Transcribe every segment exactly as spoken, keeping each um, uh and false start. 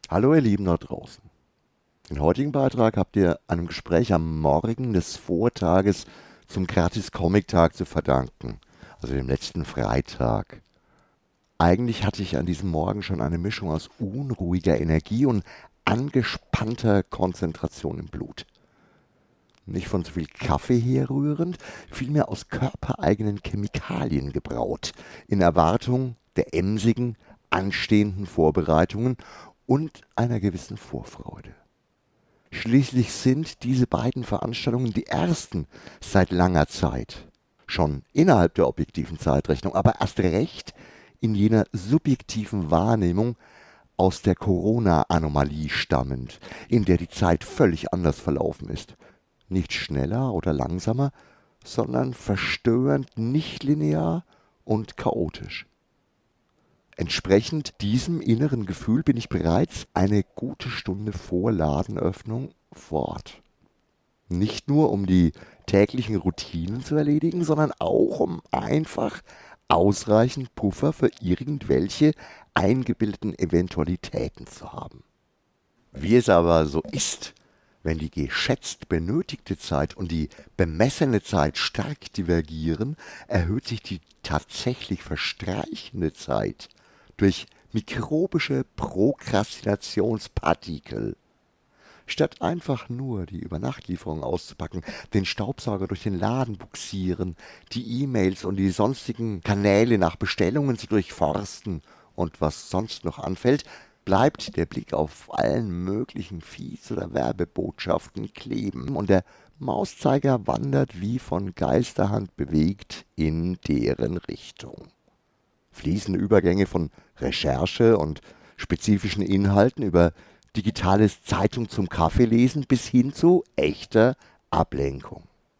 Hallo ihr Lieben da draußen. Den heutigen Beitrag habt ihr einem Gespräch am Morgen des Vortages zum Gratis-Comic-Tag zu verdanken, also dem letzten Freitag. Eigentlich hatte ich an diesem Morgen schon eine Mischung aus unruhiger Energie und angespannter Konzentration im Blut. Nicht von zu viel Kaffee herrührend, vielmehr aus körpereigenen Chemikalien gebraut, in Erwartung der emsigen, anstehenden Vorbereitungen und einer gewissen Vorfreude. Schließlich sind diese beiden Veranstaltungen die ersten seit langer Zeit. Schon innerhalb der objektiven Zeitrechnung, aber erst recht in jener subjektiven Wahrnehmung aus der Corona-Anomalie stammend, in der die Zeit völlig anders verlaufen ist. Nicht schneller oder langsamer, sondern verstörend nicht linear und chaotisch. Entsprechend diesem inneren Gefühl bin ich bereits eine gute Stunde vor Ladenöffnung vor Ort. Nicht nur, um die täglichen Routinen zu erledigen, sondern auch, um einfach ausreichend Puffer für irgendwelche eingebildeten Eventualitäten zu haben. Wie es aber so ist, wenn die geschätzt benötigte Zeit und die bemessene Zeit stark divergieren, erhöht sich die tatsächlich verstreichende Zeit durch mikrobische Prokrastinationspartikel. Statt einfach nur die Übernachtlieferung auszupacken, den Staubsauger durch den Laden buxieren, die E-Mails und die sonstigen Kanäle nach Bestellungen zu durchforsten und was sonst noch anfällt, bleibt der Blick auf allen möglichen Feeds oder Werbebotschaften kleben und der Mauszeiger wandert wie von Geisterhand bewegt in deren Richtung. Fließende Übergänge von Recherche und spezifischen Inhalten über digitales Zeitung zum Kaffeelesen bis hin zu echter Ablenkung.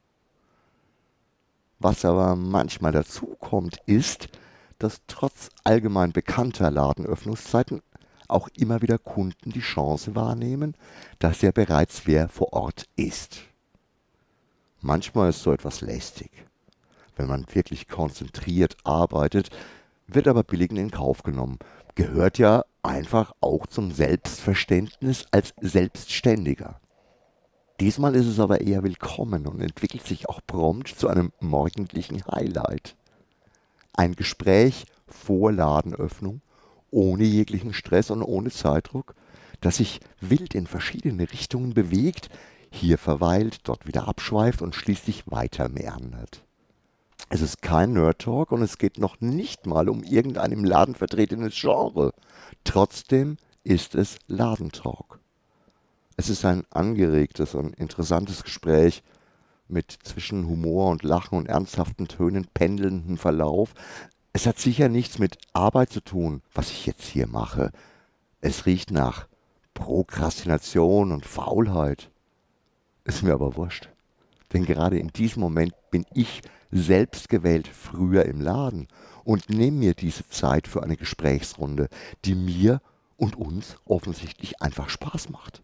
Was aber manchmal dazukommt, ist, dass trotz allgemein bekannter Ladenöffnungszeiten auch immer wieder Kunden die Chance wahrnehmen, dass ja bereits wer vor Ort ist. Manchmal ist so etwas lästig. Wenn man wirklich konzentriert arbeitet, wird aber billigend in Kauf genommen. Gehört ja einfach auch zum Selbstverständnis als Selbstständiger. Diesmal ist es aber eher willkommen und entwickelt sich auch prompt zu einem morgendlichen Highlight. Ein Gespräch vor Ladenöffnung, ohne jeglichen Stress und ohne Zeitdruck, das sich wild in verschiedene Richtungen bewegt, hier verweilt, dort wieder abschweift und schließlich weiter meandert. Es ist kein Nerd-Talk und es geht noch nicht mal um irgendein im Laden vertretenes Genre. Trotzdem ist es Ladentalk. Es ist ein angeregtes und interessantes Gespräch mit zwischen Humor und Lachen und ernsthaften Tönen pendelndem Verlauf. Es hat sicher nichts mit Arbeit zu tun, was ich jetzt hier mache. Es riecht nach Prokrastination und Faulheit. Ist mir aber wurscht. Denn gerade in diesem Moment bin ich selbstgewählt früher im Laden und nehme mir diese Zeit für eine Gesprächsrunde, die mir und uns offensichtlich einfach Spaß macht.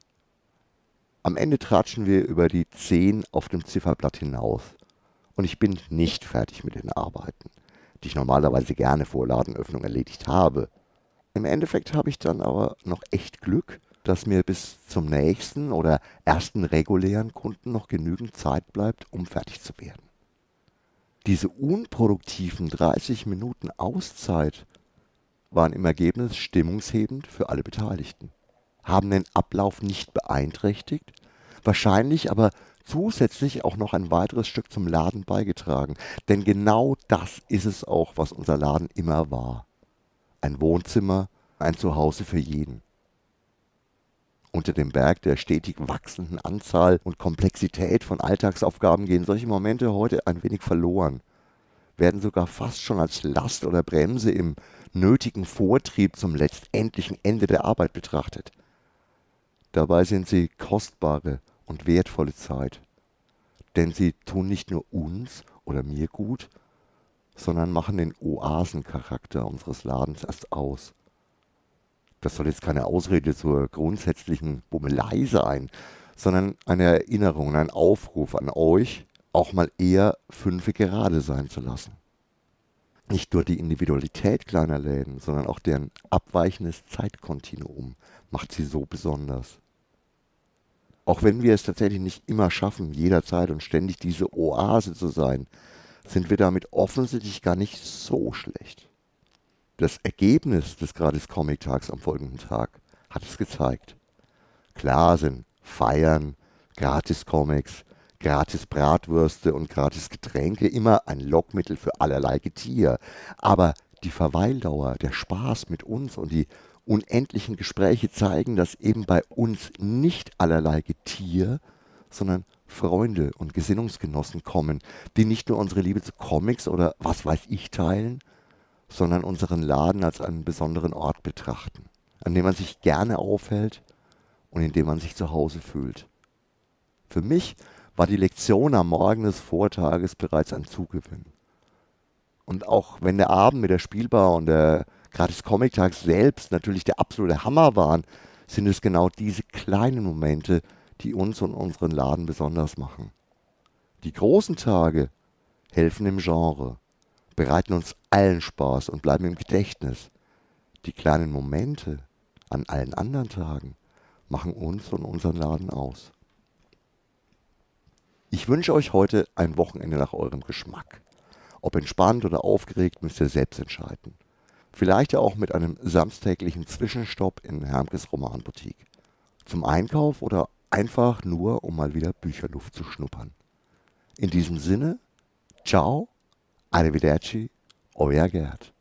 Am Ende tratschen wir über die zehn auf dem Zifferblatt hinaus und ich bin nicht fertig mit den Arbeiten, die ich normalerweise gerne vor Ladenöffnung erledigt habe. Im Endeffekt habe ich dann aber noch echt Glück, dass mir bis zum nächsten oder ersten regulären Kunden noch genügend Zeit bleibt, um fertig zu werden. Diese unproduktiven dreißig Minuten Auszeit waren im Ergebnis stimmungshebend für alle Beteiligten, haben den Ablauf nicht beeinträchtigt, wahrscheinlich aber zusätzlich auch noch ein weiteres Stück zum Laden beigetragen. Denn genau das ist es auch, was unser Laden immer war. Ein Wohnzimmer, ein Zuhause für jeden. Unter dem Berg der stetig wachsenden Anzahl und Komplexität von Alltagsaufgaben gehen solche Momente heute ein wenig verloren, werden sogar fast schon als Last oder Bremse im nötigen Vortrieb zum letztendlichen Ende der Arbeit betrachtet. Dabei sind sie kostbare und wertvolle Zeit, denn sie tun nicht nur uns oder mir gut, sondern machen den Oasencharakter unseres Ladens erst aus. Das soll jetzt keine Ausrede zur grundsätzlichen Bummelei sein, sondern eine Erinnerung, ein Aufruf an euch, auch mal eher fünfe gerade sein zu lassen. Nicht nur die Individualität kleiner Läden, sondern auch deren abweichendes Zeitkontinuum macht sie so besonders. Auch wenn wir es tatsächlich nicht immer schaffen, jederzeit und ständig diese Oase zu sein, sind wir damit offensichtlich gar nicht so schlecht. Das Ergebnis des Gratis Comic Tags am folgenden Tag hat es gezeigt. Klar sind Feiern, Gratis Comics, gratis Bratwürste und gratis Getränke immer ein Lockmittel für allerlei Getier. Aber die Verweildauer, der Spaß mit uns und die unendlichen Gespräche zeigen, dass eben bei uns nicht allerlei Getier, sondern Freunde und Gesinnungsgenossen kommen, die nicht nur unsere Liebe zu Comics oder was weiß ich teilen, sondern unseren Laden als einen besonderen Ort betrachten, an dem man sich gerne aufhält und in dem man sich zu Hause fühlt. Für mich war die Lektion am Morgen des Vortages bereits ein Zugewinn. Und auch wenn der Abend mit der Spielbar und der Gratis Comic Tag selbst natürlich der absolute Hammer waren, sind es genau diese kleinen Momente, die uns und unseren Laden besonders machen. Die großen Tage helfen im Genre, bereiten uns allen Spaß und bleiben im Gedächtnis. Die kleinen Momente an allen anderen Tagen machen uns und unseren Laden aus. Ich wünsche euch heute ein Wochenende nach eurem Geschmack. Ob entspannt oder aufgeregt, müsst ihr selbst entscheiden. Vielleicht ja auch mit einem samstäglichen Zwischenstopp in Hermkes Romanboutique. Zum Einkauf oder einfach nur, um mal wieder Bücherluft zu schnuppern. In diesem Sinne, ciao, arrivederci, euer Gerd.